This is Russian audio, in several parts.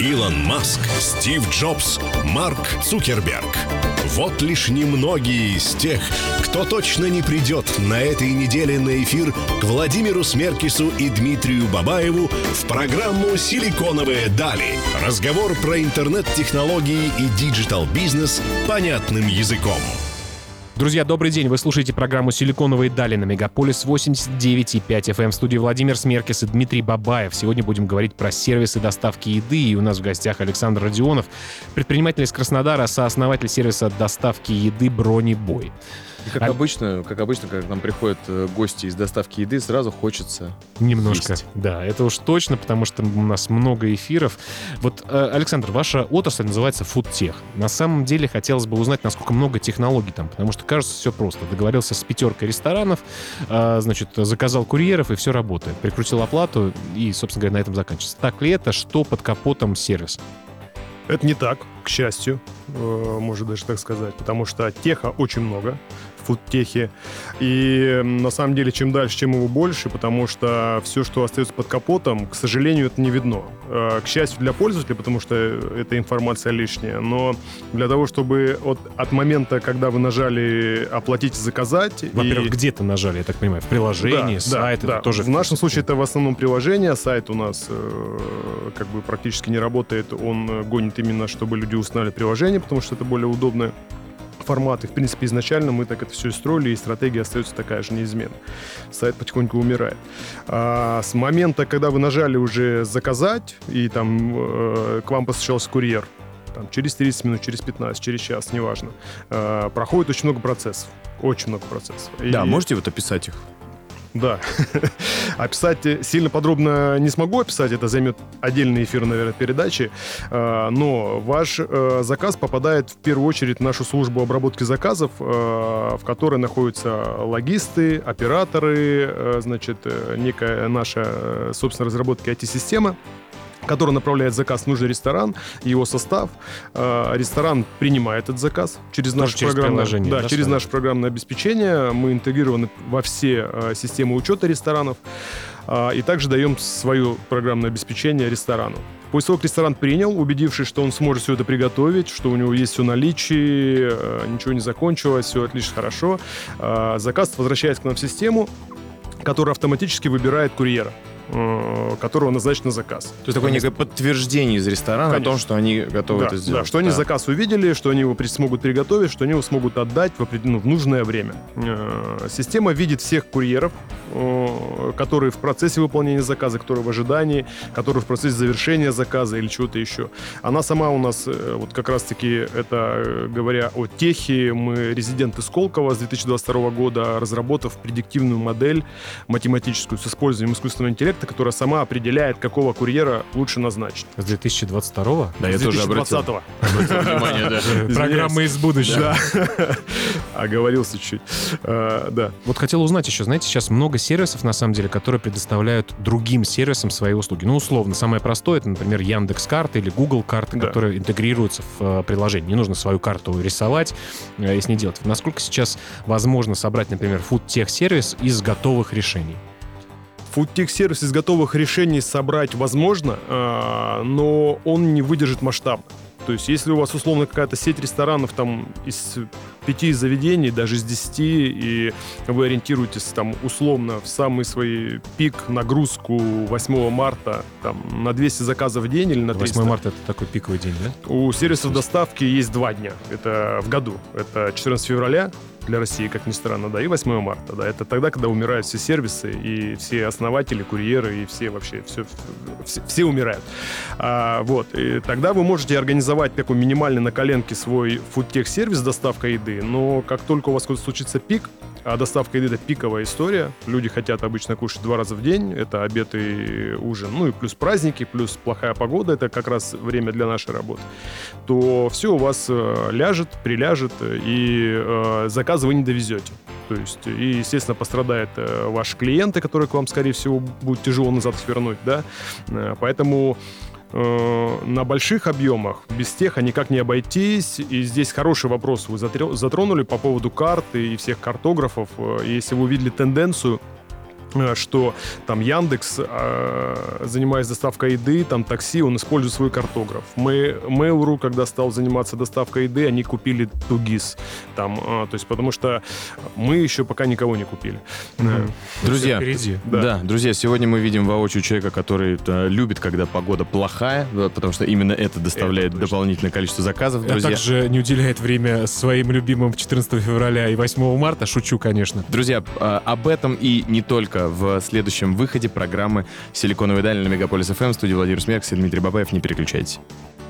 Илон Маск, Стив Джобс, Марк Цукерберг. Вот лишь немногие из тех, кто точно не придет на этой неделе на эфир к Владимиру Смеркису и Дмитрию Бабаеву в программу «Силиконовые дали». Разговор про интернет-технологии и диджитал-бизнес понятным языком. Друзья, добрый день. Вы слушаете программу «Силиконовые дали» на Мегаполис 89,5 FM. В студии Владимир Смеркис и Дмитрий Бабаев. Сегодня будем говорить про сервисы доставки еды. И у нас в гостях Александр Родионов, предприниматель из Краснодара, сооснователь сервиса доставки еды «Бронебой». И как обычно, когда к нам приходят гости из доставки еды, сразу хочется немножко есть. Да, это уж точно, потому что у нас много эфиров. Вот, Александр, ваша отрасль называется фудтех. На самом деле хотелось бы узнать, насколько много технологий там, потому что кажется все просто. Договорился с 5 ресторанов, значит, заказал курьеров, и все работает. Прикрутил оплату, и, собственно говоря, на этом заканчивается. Так ли это? Что под капотом сервиса? Это не так, к счастью, можно даже так сказать, потому что теха очень много, фудтехи, и на самом деле чем дальше, тем его больше, потому что все, что остается под капотом, к сожалению, это не видно. К счастью для пользователя, потому что эта информация лишняя, но для того, чтобы от момента, когда вы нажали «оплатить и заказать». Во-первых, где-то нажали, я так понимаю, в приложении, сайт, да. Это тоже... В нашем случае это в основном приложение, сайт у нас как бы практически не работает, он гонит именно, чтобы люди установили приложение, потому что это более удобное формат. И, в принципе, изначально мы так это все и строили, и стратегия остается такая же, неизменная. Сайт потихоньку умирает. С момента, когда вы нажали уже «заказать», и там к вам постучался курьер, там, через 30 минут, через 15, через час, неважно, проходит очень много процессов. Очень много процессов. Да, можете вот описать их? Да. Описать сильно подробно не смогу описать, это займет отдельный эфир, наверное, передачи, но ваш заказ попадает в первую очередь в нашу службу обработки заказов, в которой находятся логисты, операторы, значит, некая наша собственная разработка IT-система, который направляет заказ в нужный ресторан, его состав. Ресторан принимает этот заказ через наше программное обеспечение. Мы интегрированы во все системы учета ресторанов. И также даем свое программное обеспечение ресторану. После того, как ресторан принял, убедившись, что он сможет все это приготовить, что у него есть все в наличии, ничего не закончилось, все отлично, хорошо, заказ возвращается к нам в систему, которая автоматически выбирает курьера, которого назначен на заказ. То есть такое некое подтверждение из ресторана, конечно, о том, что они готовы это сделать. Да, что они заказ увидели, что они его смогут приготовить, что они его смогут отдать в нужное время. Система видит всех курьеров, которые в процессе выполнения заказа, которые в ожидании, которые в процессе завершения заказа или чего-то еще. Она сама у нас, вот как раз-таки, это говоря о техе, мы резиденты Сколково с 2022 года, разработав предиктивную модель математическую с использованием искусственного интеллекта, которая сама определяет, какого курьера лучше назначить. С 2022-го? Да, я тоже обратил внимание, да. Программа из будущего. Оговорился чуть-чуть. Да. Вот хотел узнать еще, знаете, сейчас много сервисов, на самом деле, которые предоставляют другим сервисам свои услуги. Ну, условно, самое простое, это, например, Яндекс.Карты или Google карты, которые интегрируются в приложение. Не нужно свою карту рисовать и с ней делать. Насколько сейчас возможно собрать, например, фудтех-сервис из готовых решений? Фудтех-сервис из готовых решений собрать возможно, но он не выдержит масштаба. То есть, если у вас, условно, какая-то сеть ресторанов там из 5 заведений, даже из 10, и вы ориентируетесь там условно в самый свой пик, нагрузку 8 марта там, на 200 заказов в день или на 300. 8 марта — это такой пиковый день, да? У сервисов доставки есть 2 дня. Это в году. Это 14 февраля для России, как ни странно, да, и 8 марта, да. Это тогда, когда умирают все сервисы, и все основатели, курьеры, и все вообще, все умирают. Вот. И тогда вы можете организовать такой минимальный на коленке свой фудтех-сервис доставка еды, но как только у вас случится пик, а доставка еды — это пиковая история. Люди хотят обычно кушать 2 раза в день. Это обед и ужин. Ну и плюс праздники, плюс плохая погода. Это как раз время для нашей работы. То все у вас приляжет, и заказы вы не довезете. То есть, и, естественно, пострадают ваши клиенты, которые к вам, скорее всего, будет тяжело назад их вернуть, да. Поэтому на больших объемах без теха никак не обойтись. И здесь хороший вопрос вы затронули по поводу карт и всех картографов. Если вы увидели тенденцию что там Яндекс, занимаясь доставкой еды, там такси, он использует свой картограф. Mail.ru, когда стал заниматься доставкой еды, они купили Тугис. Там, то есть, потому что мы еще пока никого не купили. Друзья, Да. друзья, сегодня мы видим воочию человека, который любит, когда погода плохая, потому что именно это доставляет дополнительное количество заказов, А друзья. также не уделяет время своим любимым 14 февраля и 8 марта. Шучу, конечно. Друзья, об этом и не только в следующем выходе программы «Силиконовые дали» на Мегаполис ФМ. В студии Владимир Смеркс и Дмитрий Бабаев. Не переключайтесь.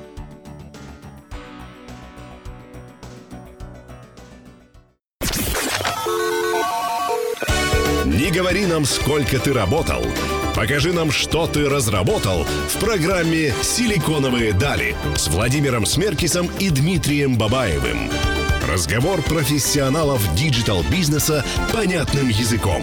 Не говори нам, сколько ты работал. Покажи нам, что ты разработал в программе «Силиконовые дали» с Владимиром Смеркисом и Дмитрием Бабаевым. Разговор профессионалов диджитал-бизнеса понятным языком.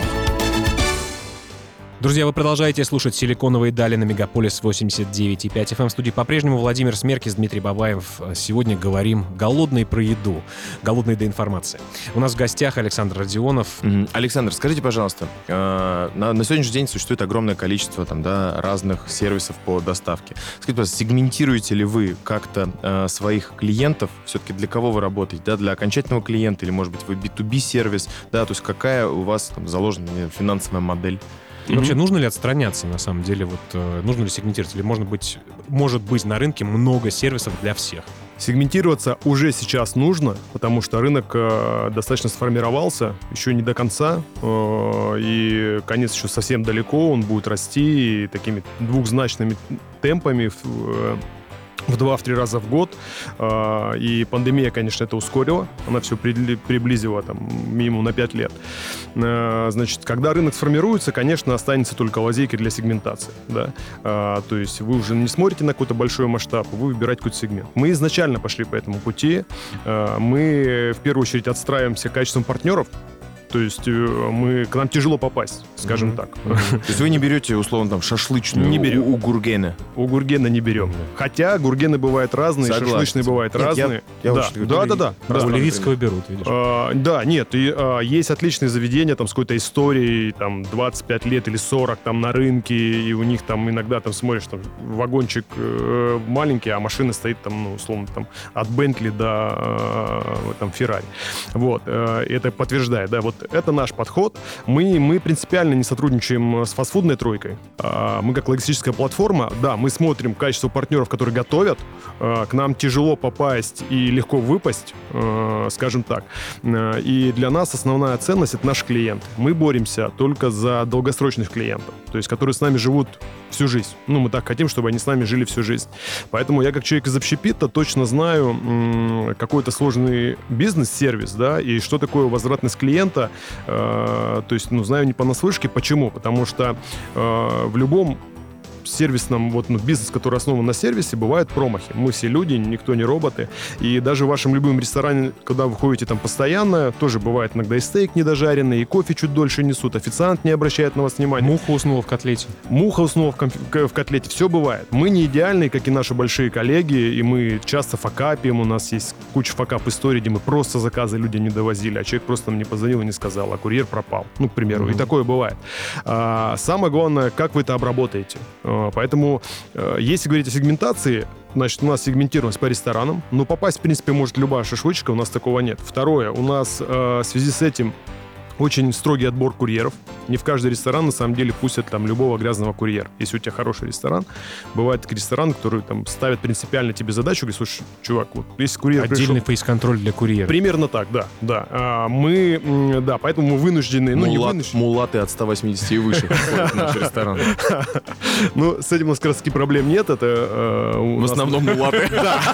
Друзья, вы продолжаете слушать «Силиконовые дали» на Мегаполис 89,5 FM. В студии по-прежнему Владимир Смеркис, Дмитрий Бабаев. Сегодня говорим голодные про еду, голодные до информации. У нас в гостях Александр Родионов. Александр, скажите, пожалуйста, на сегодняшний день существует огромное количество разных сервисов по доставке. Скажите, пожалуйста, сегментируете ли вы как-то своих клиентов? Все-таки для кого вы работаете? Да, для окончательного клиента или, может быть, вы B2B сервис? Да, то есть какая у вас заложена финансовая модель? Вообще, нужно ли отстраняться, на самом деле? Нужно ли сегментировать? Или может быть на рынке много сервисов для всех? Сегментироваться уже сейчас нужно, потому что рынок достаточно сформировался, еще не до конца, и конец еще совсем далеко, он будет расти такими двухзначными темпами в 2-3 раза в год. И пандемия, конечно, это ускорила. Она все приблизила минимум на 5 лет. Значит, когда рынок сформируется, конечно, останется только лазейка для сегментации. Да? То есть вы уже не смотрите на какой-то большой масштаб, вы выбираете какой-то сегмент. Мы изначально пошли по этому пути. Мы в первую очередь отстраиваемся качеством партнеров. То есть к нам тяжело попасть, скажем так. То есть вы не берете, условно, шашлычную не берем. у Гургена? У Гургена не берем. Хотя гургены бывают разные, шашлычные бывают разные. Да. У Левицкого берут, видишь? Да, нет, есть отличные заведения с какой-то историей, 25 лет или 40 на рынке, и у них иногда смотришь, вагончик маленький, а машина стоит условно от Бентли до Феррари. Вот, это подтверждает, да, вот это наш подход. Мы принципиально не сотрудничаем с фастфудной тройкой. Мы как логистическая платформа, да, мы смотрим качество партнеров, которые готовят. К нам тяжело попасть и легко выпасть, скажем так. И для нас основная ценность — это наши клиенты. Мы боремся только за долгосрочных клиентов, то есть которые с нами живут всю жизнь. Мы так хотим, чтобы они с нами жили всю жизнь. Поэтому я, как человек из общепита, точно знаю какой-то сложный бизнес-сервис, да, и что такое возвратность клиента. То есть, знаю не понаслышке. Почему? Потому что в любом сервисном бизнес, который основан на сервисе, бывают промахи. Мы все люди, никто не роботы. И даже в вашем любимом ресторане, когда вы ходите постоянно, тоже бывает иногда и стейк недожаренный, и кофе чуть дольше несут, официант не обращает на вас внимания. Муха уснула в котлете. Муха уснула в котлете. Все бывает. Мы не идеальные, как и наши большие коллеги, и мы часто факапим. У нас есть куча факап-историй, где мы просто заказы людям не довозили, а человек просто нам не позвонил и не сказал, а курьер пропал. К примеру. И такое бывает. Самое главное, как вы это обработаете. Поэтому, если говорить о сегментации, значит, у нас сегментированность по ресторанам, но попасть, в принципе, может любая шашлычка, у нас такого нет. Второе, у нас в связи с этим очень строгий отбор курьеров. Не в каждый ресторан, на самом деле, пустят любого грязного курьера. Если у тебя хороший ресторан, бывают такие рестораны, которые ставят принципиально тебе задачу, говорят, слушай, чувак, если курьер отдельный фейс-контроль для курьера. Примерно так, да. Поэтому мы вынуждены... Мулаты от 180 и выше в наш ресторан. С этим у нас как раз таки проблем нет. Это в основном мулаты.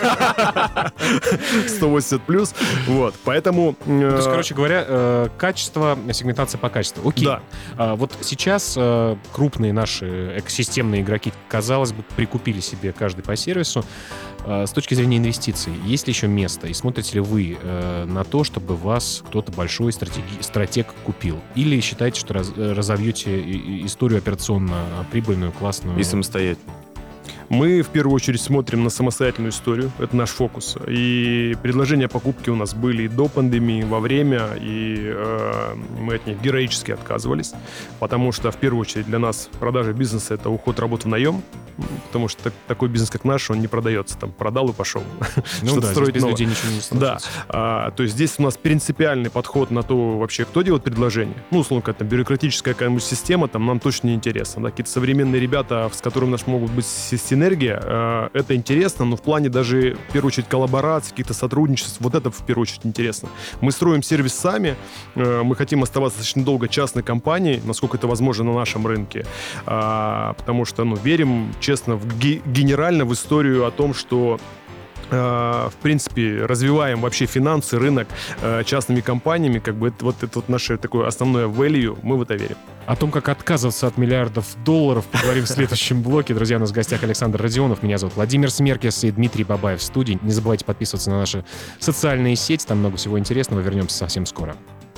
180 плюс. Вот, поэтому... То есть, короче говоря, качество, сегментация по качеству. Окей. Да. Вот сейчас крупные наши экосистемные игроки, казалось бы, прикупили себе каждый по сервису. С точки зрения инвестиций, есть ли еще место? И смотрите ли вы на то, чтобы вас кто-то большой стратег купил? Или считаете, что разовьете историю операционно прибыльную, классную? И самостоятельно. Мы в первую очередь смотрим на самостоятельную историю, это наш фокус. И предложения покупки у нас были и до пандемии, во время, и мы от них героически отказывались, потому что в первую очередь для нас продажа бизнеса — это уход работы в наем, потому что такой бизнес, как наш, он не продается, там, продал и пошел. Ну да, здесь без людей ничего не случится. Да, то есть здесь у нас принципиальный подход на то вообще, кто делает предложение. Ну, условно, какая-то бюрократическая какая-нибудь система, там, нам точно не интересно. Да? Какие-то современные ребята, с которыми у нас могут быть синергия, это интересно, но в плане даже, в первую очередь, коллабораций, каких-то сотрудничеств, вот это в первую очередь интересно. Мы строим сервис сами, мы хотим оставаться достаточно долго частной компанией, насколько это возможно на нашем рынке, потому что, верим, честно, генерально в историю о том, что в принципе, развиваем вообще финансы, рынок частными компаниями, как бы это наше такое основное value, мы в это верим. О том, как отказываться от миллиардов долларов, поговорим в следующем блоке. Друзья, у нас в гостях Александр Родионов, меня зовут Владимир Смеркис и Дмитрий Бабаев в студии. Не забывайте подписываться на наши социальные сети, там много всего интересного. Вернемся совсем скоро.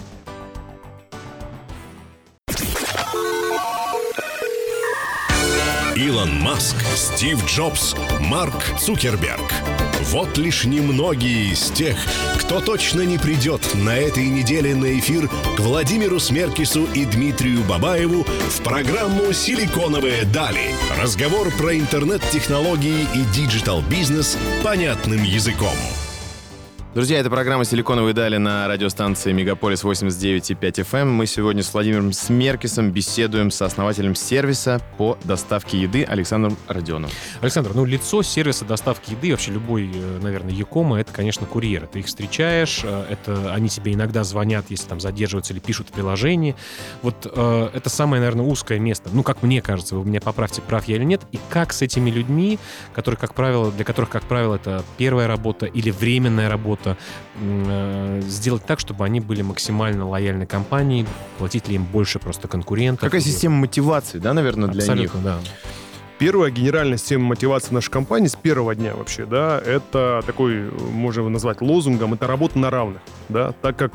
Илон Маск, Стив Джобс, Марк Цукерберг. Вот лишь немногие из тех, кто точно не придет на этой неделе на эфир к Владимиру Смеркису и Дмитрию Бабаеву в программу «Силиконовые дали». Разговор про интернет-технологии и диджитал-бизнес понятным языком. Друзья, это программа «Силиконовые дали» на радиостанции «Мегаполис» 89,5 FM. Мы сегодня с Владимиром Смеркисом беседуем с основателем сервиса по доставке еды Александром Родионовым. Александр, лицо сервиса доставки еды, вообще любой, наверное, Якома, это, конечно, курьеры. Ты их встречаешь, они тебе иногда звонят, если там задерживаются или пишут в приложении. Вот это самое, наверное, узкое место. Как мне кажется, вы меня поправьте, прав я или нет. И как с этими людьми, которые, для которых, как правило, это первая работа или временная работа, сделать так, чтобы они были максимально лояльны компании, платить ли им больше просто конкурентов. Какая система мотивации, да, наверное, для Абсолютно, них? Да. Первая генеральная система мотивации нашей компании с первого дня вообще, да, это такой, можно его назвать лозунгом, это работа на равных, да, так как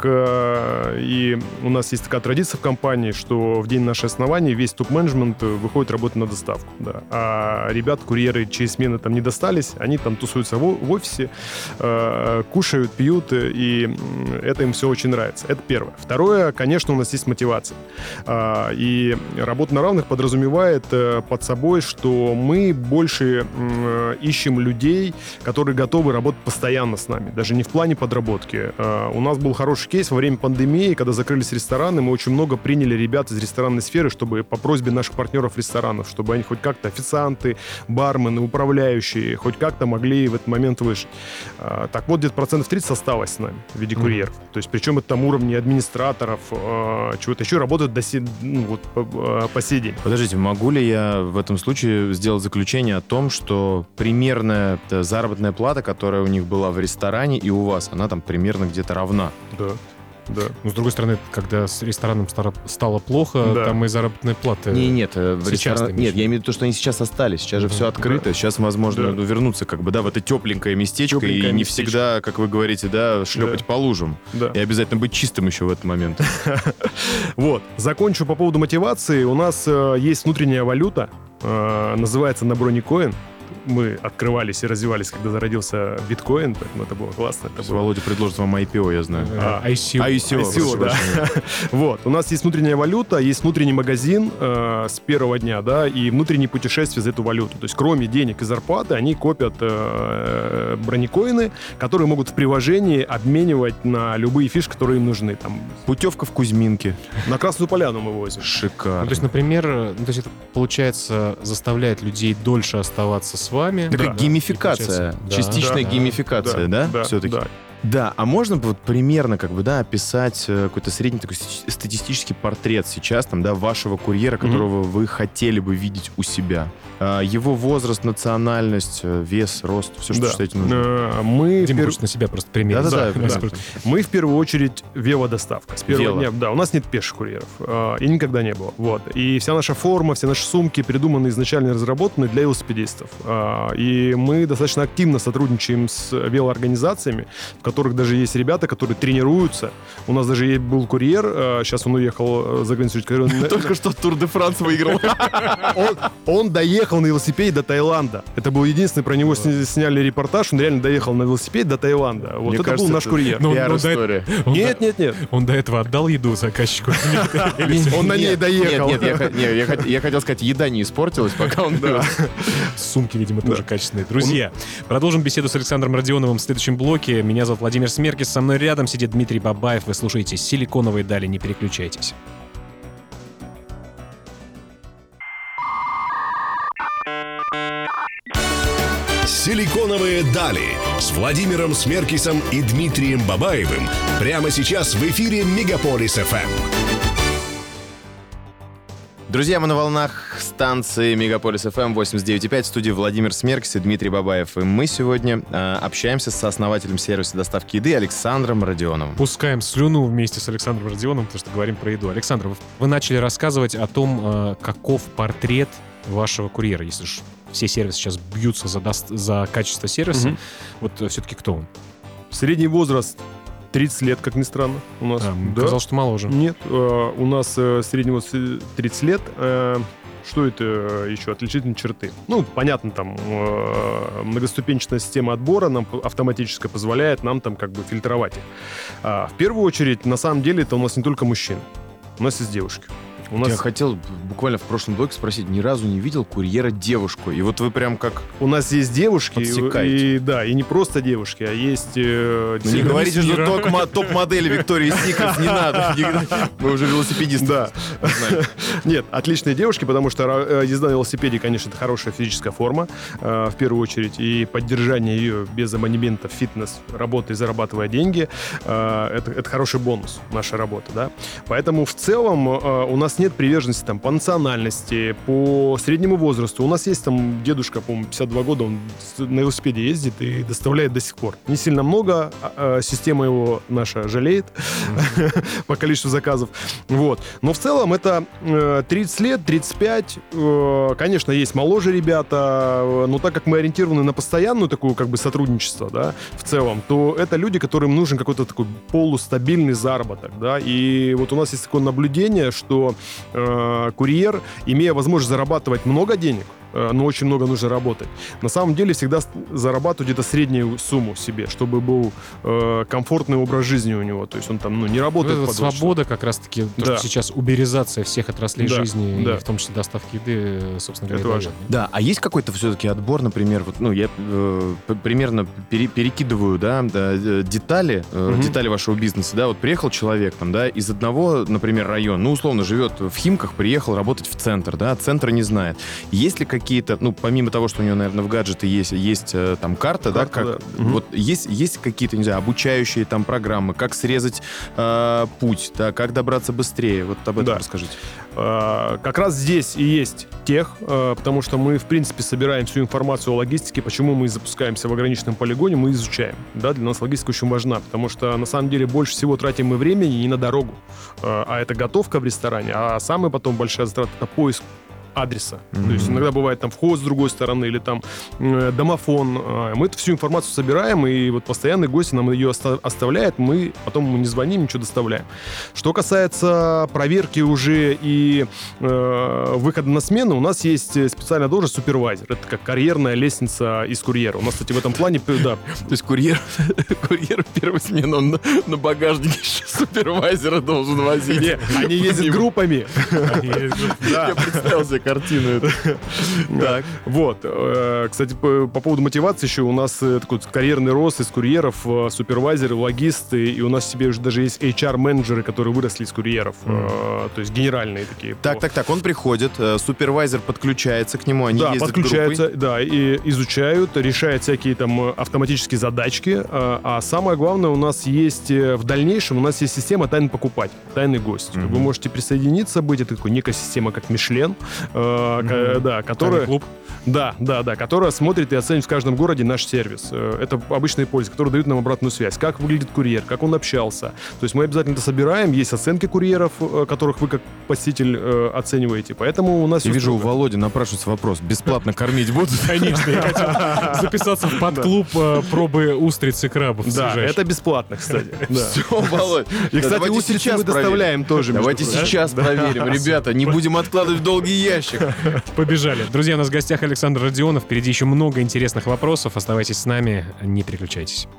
и у нас есть такая традиция в компании, что в день нашего основания весь топ-менеджмент выходит работать на доставку, да, а ребят, курьеры, чьи смены там не достались, они там тусуются в офисе, кушают, пьют, и это им все очень нравится. Это первое. Второе, конечно, у нас есть мотивация, и работа на равных подразумевает под собой, что мы больше ищем людей, которые готовы работать постоянно с нами, даже не в плане подработки. У нас был хороший кейс во время пандемии, когда закрылись рестораны, мы очень много приняли ребят из ресторанной сферы, чтобы по просьбе наших партнеров ресторанов, чтобы они хоть как-то, официанты, бармены, управляющие, хоть как-то могли в этот момент выжить. Так вот, где-то 30% осталось с нами в виде курьеров. То есть, причем это там уровни администраторов, чего-то еще работают по сей день. Подождите, могу ли я в этом случае сделать заключение о том, что примерная заработная плата, которая у них была в ресторане и у вас, она там примерно где-то равна? Да. Да. Но, с другой стороны, когда с рестораном стало плохо, да, там и заработная плата... Нет, сейчас нет, я имею в виду то, что они сейчас остались. Сейчас же все открыто. Да. Сейчас, возможно, вернуться в это тепленькое местечко и не всегда, как вы говорите, шлепать по лужам. Да. И обязательно быть чистым еще в этот момент. Вот. Закончу по поводу мотивации. У нас есть внутренняя валюта, называется Наброникоин. Мы открывались и развивались, когда зародился биткоин, поэтому это было классно. Володя предложит вам IPO, я знаю. ICO, да. Вот. У нас есть внутренняя валюта, есть внутренний магазин с первого дня, да, и внутренние путешествия за эту валюту. То есть кроме денег и зарплаты, они копят броникоины, которые могут в приложении обменивать на любые фишки, которые им нужны. Там, путевка в Кузьминке. На Красную Поляну мы возим. Шикарно. То есть, например, это, получается, заставляет людей дольше оставаться с вами. Такая геймификация, частичная геймификация, да? Все-таки. Да. Да, а можно примерно описать какой-то средний такой статистический портрет сейчас вашего курьера, которого вы хотели бы видеть у себя? Его возраст, национальность, вес, рост, все, что считаете нужным. Дима хочет на себя просто примерить. Да. Мы в первую очередь велодоставка. С первого дня. Да, у нас нет пеших курьеров. И никогда не было. Вот. И вся наша форма, все наши сумки придуманы изначально, разработаны для велосипедистов. И мы достаточно активно сотрудничаем с велоорганизациями, в которых даже есть ребята, которые тренируются. У нас даже был курьер, сейчас он уехал за границу. Только что Тур де Франс выиграл. Он доехал на велосипеде до Таиланда. Это был единственный, про него сняли репортаж, он реально доехал на велосипеде до Таиланда. Вот это был наш курьер. Пиар-история. Нет. Он до этого отдал еду заказчику. Он на ней доехал. Нет, я хотел сказать, еда не испортилась, пока он был. Сумки, видимо, тоже качественные. Друзья, продолжим беседу с Александром Родионовым в следующем блоке. Меня зовут Владимир Смеркис, со мной рядом сидит Дмитрий Бабаев. Вы слушаете «Силиконовые дали», не переключайтесь. «Силиконовые дали» с Владимиром Смеркисом и Дмитрием Бабаевым прямо сейчас в эфире Мегаполис ФМ. Друзья, мы на волнах станции Мегаполис ФМ 89.5, в студии Владимир Смеркис и Дмитрий Бабаев. И мы сегодня общаемся с сооснователем сервиса доставки еды Александром Родионовым. Пускаем слюну вместе с Александром Родионовым, потому что говорим про еду. Александр, вы начали рассказывать о том, каков портрет вашего курьера, если же все сервисы сейчас бьются за качество сервиса. Вот все-таки кто он? Средний возраст 30 лет, как ни странно, у нас. Казалось, что мало уже. Нет, у нас средний возраст 30 лет. Что это еще? Отличительные черты. Ну, понятно, там многоступенчатая система отбора нам автоматически позволяет нам там как бы фильтровать их. В первую очередь, на самом деле, это у нас не только мужчины. У нас есть девушки. Я хотел буквально в прошлом блоке спросить, ни разу не видел курьера девушку. И вот вы прям как... У нас есть девушки, подсекаете. и не просто девушки, а есть... не говорите, что топ-модели Виктории Сикретс не надо. Мы уже велосипедисты. Да. Нет, отличные девушки, потому что езда на велосипеде, конечно, это хорошая физическая форма, в первую очередь, и поддержание ее без абонемента в фитнес, работая и зарабатывая деньги, это хороший бонус нашей работы, да. Поэтому в целом у нас нет приверженности там по национальности, по среднему возрасту. У нас есть там дедушка, по-моему, 52 года, он на велосипеде ездит и доставляет до сих пор. Не сильно много, система его наша жалеет по количеству заказов. Вот. Но в целом это 30 лет, 35. Конечно, есть моложе ребята, но так как мы ориентированы на постоянную такую как бы сотрудничество, да, в целом, то это люди, которым нужен какой-то такой полустабильный заработок, да. И вот у нас есть такое наблюдение, что курьер, имея возможность зарабатывать много денег, но очень много нужно работать, на самом деле всегда зарабатывать где-то среднюю сумму себе, чтобы был комфортный образ жизни у него. То есть он там не работает подольше. Свобода как раз-таки, то, что сейчас уберизация всех отраслей жизни, и в том числе доставки еды, собственно говоря, важно. Да, а есть какой-то все-таки отбор, например, вот, ну, я примерно перекидываю, да, детали вашего бизнеса, да, вот приехал человек там, да, из одного, например, района, ну, условно, живет в Химках, приехал работать в центр, да, центра не знает. Есть ли какие-то, ну, помимо того, что у него, наверное, в гаджете есть там карта, да, как, да. Вот есть какие-то, не знаю, обучающие там программы, как срезать путь, да, как добраться быстрее, вот об этом расскажите. Как раз здесь и есть тех, потому что мы, в принципе, собираем всю информацию о логистике, почему мы запускаемся в ограниченном полигоне, мы изучаем, да, для нас логистика очень важна, потому что, на самом деле, больше всего тратим мы времени не на дорогу, а это готовка в ресторане, а самая потом большая затрата — это поиск адреса. То есть иногда бывает там вход с другой стороны или там домофон. Мы эту всю информацию собираем, и вот постоянный гость нам ее оставляет, мы потом ему не звоним, ничего доставляем. Что касается проверки уже и выхода на смену, у нас есть специальная должность супервайзер. Это как карьерная лестница из курьера. У нас, кстати, в этом плане, да. То есть курьер первой смены, он на багажнике супервайзера должен возить. Нет, они ездят группами. Я представил себе картину эту. Так. Вот. Кстати, по поводу мотивации еще у нас такой карьерный рост из курьеров, супервайзеры, логисты, и у нас себе уже даже есть HR-менеджеры, которые выросли из курьеров. То есть генеральные такие. Так. Он приходит, супервайзер подключается к нему, они ездят подключаются, группой. да, и изучают, решают всякие там автоматические задачки. А самое главное, у нас есть в дальнейшем, у нас есть система тайный покупатель, тайный гость. Вы можете присоединиться, быть, это такой некая система, как Мишлен, да, которая... Клуб. Да, которая смотрит и оценит в каждом городе наш сервис. Это обычные пользователи, которые дают нам обратную связь. Как выглядит курьер, как он общался. То есть мы обязательно это собираем. Есть оценки курьеров, которых вы как посетитель оцениваете. Поэтому у нас... Я вижу, у Володи напрашивается вопрос. Бесплатно кормить будут? Конечно, я хотел записаться в подклуб пробы устриц и крабов. Да, это бесплатно, кстати. Все, Володь. И, кстати, устрицы мы доставляем тоже. Давайте сейчас проверим, ребята. Не будем откладывать в долгий ящик. Побежали. Друзья, у нас в гостях Александр Родионов. Впереди еще много интересных вопросов. Оставайтесь с нами, не переключайтесь.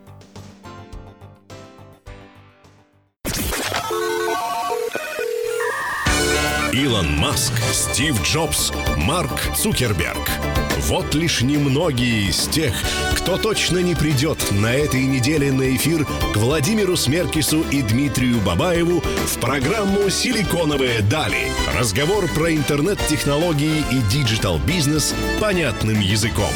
Илон Маск, Стив Джобс, Марк Цукерберг. Вот лишь немногие из тех, кто точно не придет на этой неделе на эфир к Владимиру Смеркису и Дмитрию Бабаеву в программу «Силиконовые дали». Разговор про интернет-технологии и диджитал-бизнес понятным языком.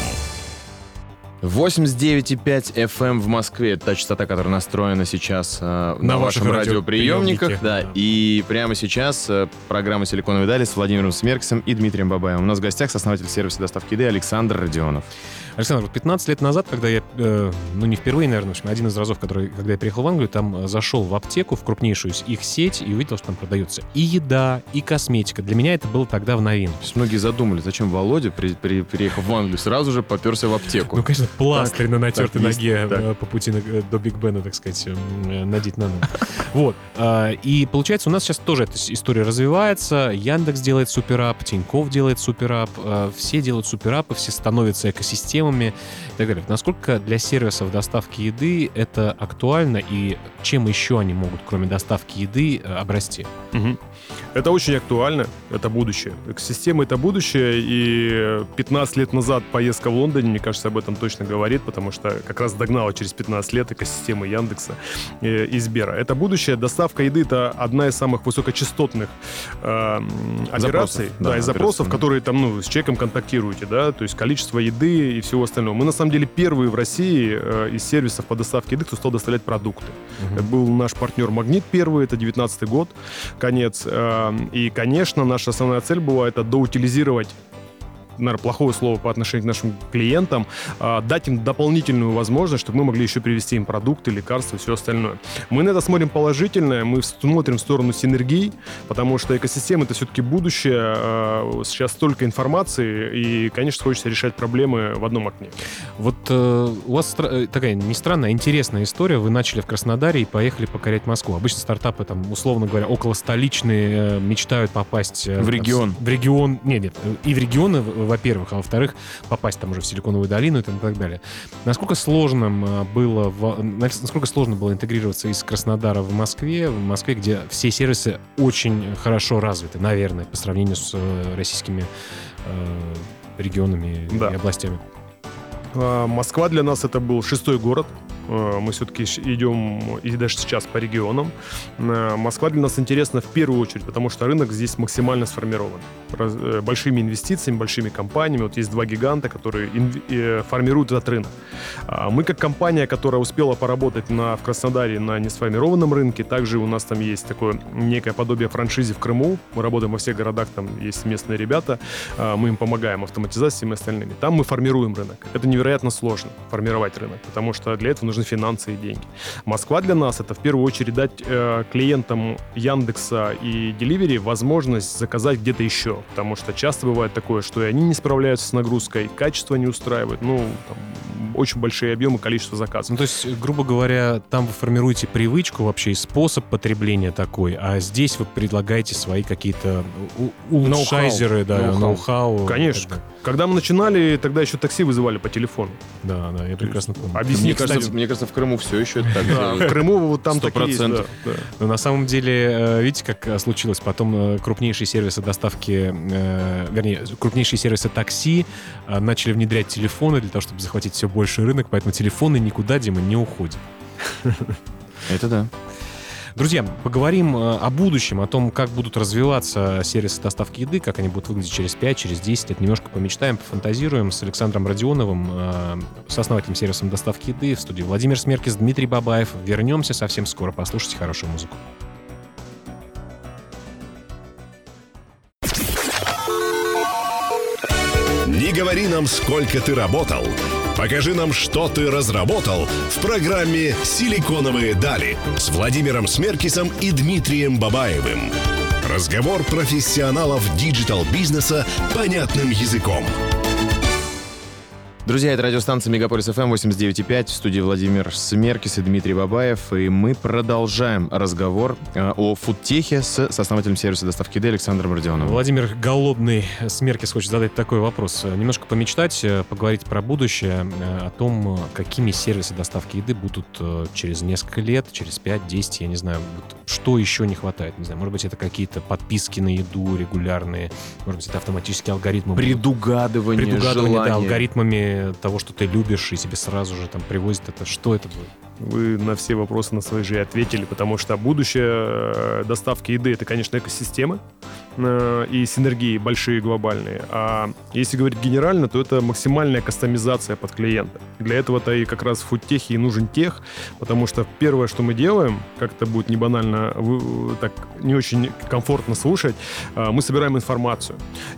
89,5 FM в Москве. Это та частота, которая настроена сейчас на вашем радиоприемниках. Да. И прямо сейчас программа «Силиконовые дали» с Владимиром Смеркисом и Дмитрием Бабаевым. У нас в гостях сооснователь сервиса доставки еды Александр Родионов. Александр, 15 лет назад, когда я, не впервые, наверное, в общем, один из разов, когда я приехал в Англию, там зашел в аптеку, в крупнейшую их сеть, и увидел, что там продается и еда, и косметика. Для меня это было тогда в новинку. Многие задумали, зачем Володя, приехав в Англию, сразу же поперся в аптеку. Ну, конечно, пластырь на натертой ноге по пути до Биг Бена, так сказать, надеть на ногу. Вот. И получается, у нас сейчас тоже эта история развивается. Яндекс делает суперап, Тинькофф делает суперап, все делают суперапы, все становятся экосистемами и так далее. Насколько для сервисов доставки еды это актуально и чем еще они могут, кроме доставки еды, обрасти? Угу. Это очень актуально, это будущее. Экосистема — это будущее, и 15 лет назад поездка в Лондоне, мне кажется, об этом точно говорит, потому что как раз догнала через 15 лет экосистемы Яндекса и Сбера. Это будущее. Доставка еды — это одна из самых высокочастотных операций, запросов, которые там, с человеком контактируете, да, то есть количество еды и всего остального. Мы, на самом деле, первые в России из сервисов по доставке еды, кто стал доставлять продукты. Это был наш партнер «Магнит» первый, это 19-й год, конец. И, конечно, наша основная цель была это доутилизировать, наверное, плохое слово по отношению к нашим клиентам, дать им дополнительную возможность, чтобы мы могли еще привезти им продукты, лекарства и все остальное. Мы на это смотрим положительно, мы смотрим в сторону синергий, потому что экосистема — это все-таки будущее. Сейчас столько информации, и, конечно, хочется решать проблемы в одном окне. Вот у вас такая не странная, а интересная история. Вы начали в Краснодаре и поехали покорять Москву. Обычно стартапы, там, условно говоря, околостоличные мечтают попасть в регион. В регион. Нет, и в регионы, во-первых, а во-вторых, попасть там уже в Силиконовую долину и так далее. Насколько сложно было интегрироваться из Краснодара в Москве, где все сервисы очень хорошо развиты, наверное, по сравнению с российскими регионами и областями? Москва для нас это был 6-й город. Мы все-таки идем и даже сейчас по регионам. Москва для нас интересна в первую очередь, потому что рынок здесь максимально сформирован. Большими инвестициями, большими компаниями. Вот есть два гиганта, которые формируют этот рынок. Мы как компания, которая успела поработать в Краснодаре на несформированном рынке, также у нас там есть такое некое подобие франшизы в Крыму. Мы работаем во всех городах, там есть местные ребята. Мы им помогаем автоматизацией и остальными. Там мы формируем рынок. Это невероятно сложно формировать рынок, потому что для этого нужны финансы и деньги. Москва для нас — это в первую очередь дать клиентам Яндекса и Delivery возможность заказать где-то еще, потому что часто бывает такое, что и они не справляются с нагрузкой, качество не устраивает, очень большие объемы, количество заказов. То есть, грубо говоря, там вы формируете привычку вообще и способ потребления такой, а здесь вы предлагаете свои какие-то улучшайзеры, ноу-хау. Конечно. Когда мы начинали, тогда еще такси вызывали по телефону. Да, я прекрасно помню. Мне кажется, в Крыму все еще это так делают. В Крыму вот там такие есть. Но на самом деле, видите, как случилось? Потом крупнейшие сервисы доставки, крупнейшие сервисы такси начали внедрять телефоны для того, чтобы захватить все больше рынок, поэтому телефоны никуда, Дима, не уходят. Это да. Друзья, поговорим о будущем, о том, как будут развиваться сервисы доставки еды, как они будут выглядеть через 5, через 10 лет. Немножко помечтаем, пофантазируем с Александром Родионовым, сооснователем сервиса доставки еды. В студии Владимир Смеркис, Дмитрий Бабаев. Вернемся совсем скоро. Послушайте хорошую музыку. Не говори нам, сколько ты работал. Покажи нам, что ты разработал в программе «Силиконовые дали» с Владимиром Смеркисом и Дмитрием Бабаевым. Разговор профессионалов диджитал-бизнеса понятным языком. Друзья, это радиостанция Мегаполис ФМ 89.5, в студии Владимир Смеркис и Дмитрий Бабаев, и мы продолжаем разговор о фудтехе с основателем сервиса доставки еды Александром Родионовым. Владимир голодный Смеркис хочет задать такой вопрос. Немножко помечтать, поговорить про будущее, о том, какими сервисы доставки еды будут через несколько лет, через 5-10, я не знаю, что еще не хватает. Не знаю, может быть, это какие-то подписки на еду регулярные, может быть, это автоматические алгоритмы. Предугадывание желания. Да, алгоритмами того, что ты любишь, и тебе сразу же там привозят это. Что это будет? Вы на все вопросы на свои же и ответили, потому что будущее доставки еды — это, конечно, экосистемы и синергии большие, глобальные. А если говорить генерально, то это максимальная кастомизация под клиента. Для этого-то и как раз в фудтехе и нужен тех, потому что первое, что мы делаем, как это будет не банально, так не очень комфортно слушать, мы собираем информацию.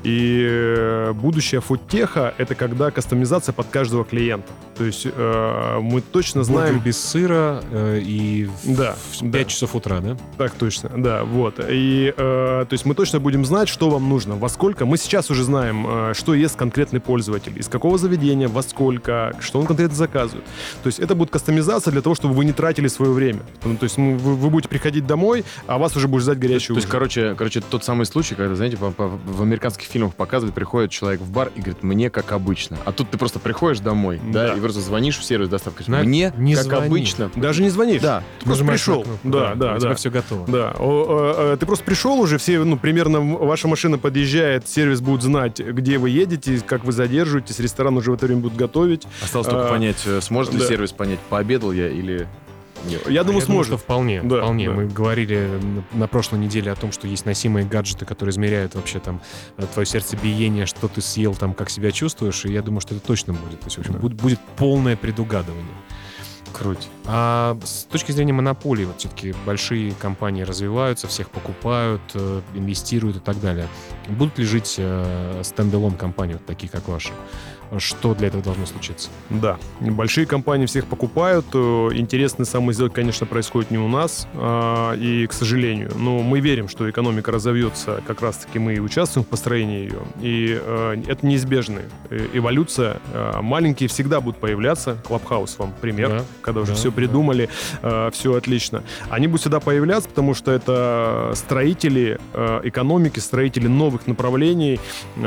И будущее фудтеха — это когда кастомизация под каждого клиента. То есть мы точно знаем... Бургер без сыра и в 5 часов утра, да? Так точно, да, вот. И, то есть мы точно будем знать, что вам нужно, во сколько. Мы сейчас уже знаем, что ест конкретный пользователь, из какого заведения, во сколько, что он конкретно заказывает. То есть это будет кастомизация для того, чтобы вы не тратили свое время. То есть вы будете приходить домой, а вас уже будет ждать горячий ужин. То есть, короче, тот самый случай, когда, знаете, в американских фильмах показывают, приходит человек в бар и говорит: мне как обычно. А тут ты просто приходишь домой, да, и просто звонишь в сервис доставки. Мне не как звони. обычно. Даже не звонишь. Да. Ты просто пришел. Кнопку, Да. У тебя все готово. Да. Ты просто пришел уже, все, примерно ваша машина подъезжает, сервис будет знать, где вы едете, как вы задерживаетесь, ресторан уже в это время будет готовить. Осталось только понять, сможет ли сервис понять, пообедал я или... Нет. Я думаю, сможет. Что вполне. Да, вполне. да. Мы говорили на прошлой неделе о том, что есть носимые гаджеты, которые измеряют вообще там твое сердцебиение, что ты съел, там, как себя чувствуешь, и я думаю, что это точно будет. То есть, в общем, будет полное предугадывание. Круть. А с точки зрения монополии, вот все-таки большие компании развиваются, всех покупают, инвестируют и так далее. Будут ли жить стендалон компании, вот такие как ваши? Что для этого должно случиться? Да. Большие компании всех покупают. Интересный самый сделок, конечно, происходит не у нас, и, к сожалению. Но мы верим, что экономика разовьется, как раз-таки мы и участвуем в построении ее. И это неизбежная эволюция. Маленькие всегда будут появляться. Клабхаус вам пример, Да, когда уже все придумали, все отлично. Они будут всегда появляться, потому что это строители экономики, строители новых направлений.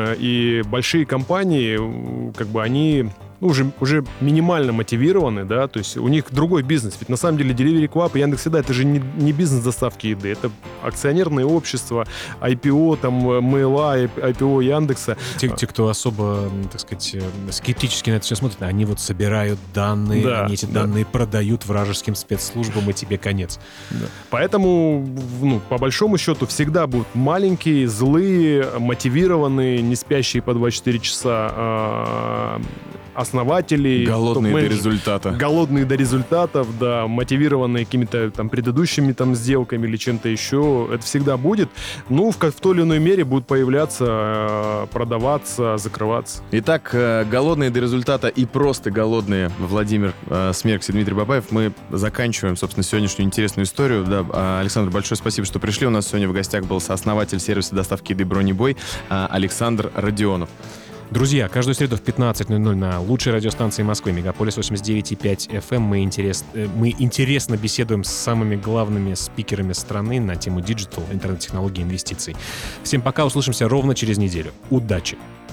И большие компании, как бы они уже минимально мотивированы, да, то есть у них другой бизнес. Ведь на самом деле Delivery Club и Яндекс.Еда — это же не бизнес доставки еды, это акционерное общество, IPO, там, Mail.ru, IPO Яндекса. Те, кто особо, так сказать, скептически на это все смотрят, они вот собирают данные, Да, они эти данные продают вражеским спецслужбам, и тебе конец. Да. Поэтому, по большому счету, всегда будут маленькие, злые, мотивированные, не спящие по 24 часа основателей. Голодные до результата. Голодные до результатов, да, мотивированные какими-то там предыдущими там сделками или чем-то еще. Это всегда будет. В той или иной мере будут появляться, продаваться, закрываться. Итак, голодные до результата и просто голодные Владимир Смеркис и Дмитрий Бабаев. Мы заканчиваем, собственно, сегодняшнюю интересную историю. Да, Александр, большое спасибо, что пришли. У нас сегодня в гостях был сооснователь сервиса доставки еды «Бронебой» Александр Родионов. Друзья, каждую среду в 15:00 на лучшей радиостанции Москвы Мегаполис 89.5 FM мы интересно беседуем с самыми главными спикерами страны на тему диджитал, интернет-технологий и инвестиций. Всем пока, услышимся ровно через неделю. Удачи!